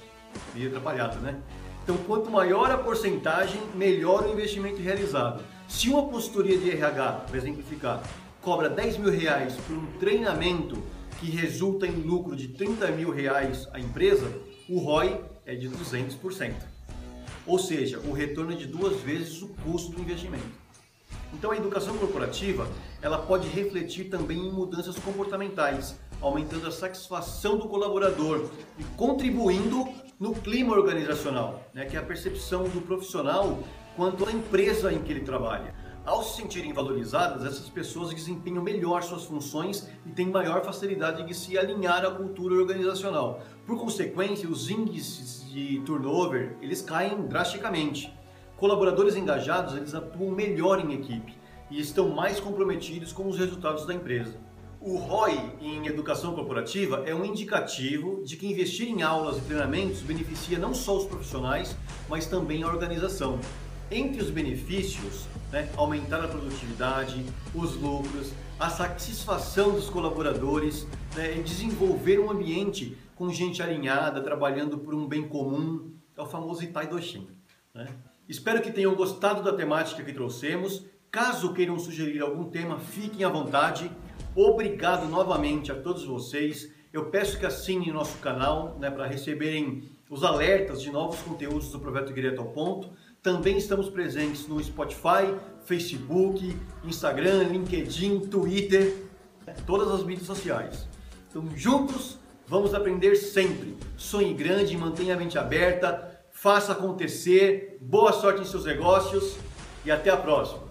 Meio atrapalhado, né? Então, quanto maior a porcentagem, melhor o investimento realizado. Se uma consultoria de R H, para exemplificar, cobra dez mil reais por um treinamento que resulta em lucro de trinta mil reais à empresa, o R O I é de duzentos por cento. Ou seja, o retorno é de duas vezes o custo do investimento. Então a educação corporativa ela pode refletir também em mudanças comportamentais, aumentando a satisfação do colaborador e contribuindo no clima organizacional, né, que é a percepção do profissional quanto à empresa em que ele trabalha. Ao se sentirem valorizadas, essas pessoas desempenham melhor suas funções e têm maior facilidade de se alinhar à cultura organizacional. Por consequência, os índices de turnover eles caem drasticamente. Colaboradores engajados eles atuam melhor em equipe e estão mais comprometidos com os resultados da empresa. O R O I em educação corporativa é um indicativo de que investir em aulas e treinamentos beneficia não só os profissionais, mas também a organização. Entre os benefícios, né, aumentar a produtividade, os lucros, a satisfação dos colaboradores, né, e desenvolver um ambiente com gente alinhada, trabalhando por um bem comum, é o famoso Itai Doshin, né? Espero que tenham gostado da temática que trouxemos. Caso queiram sugerir algum tema, fiquem à vontade. Obrigado novamente a todos vocês. Eu peço que assinem nosso canal, né, para receberem os alertas de novos conteúdos do Projeto Direto ao Ponto. Também estamos presentes no Spotify, Facebook, Instagram, LinkedIn, Twitter, todas as mídias sociais. Então, juntos, vamos aprender sempre. Sonhe grande, mantenha a mente aberta, faça acontecer, boa sorte em seus negócios e até a próxima.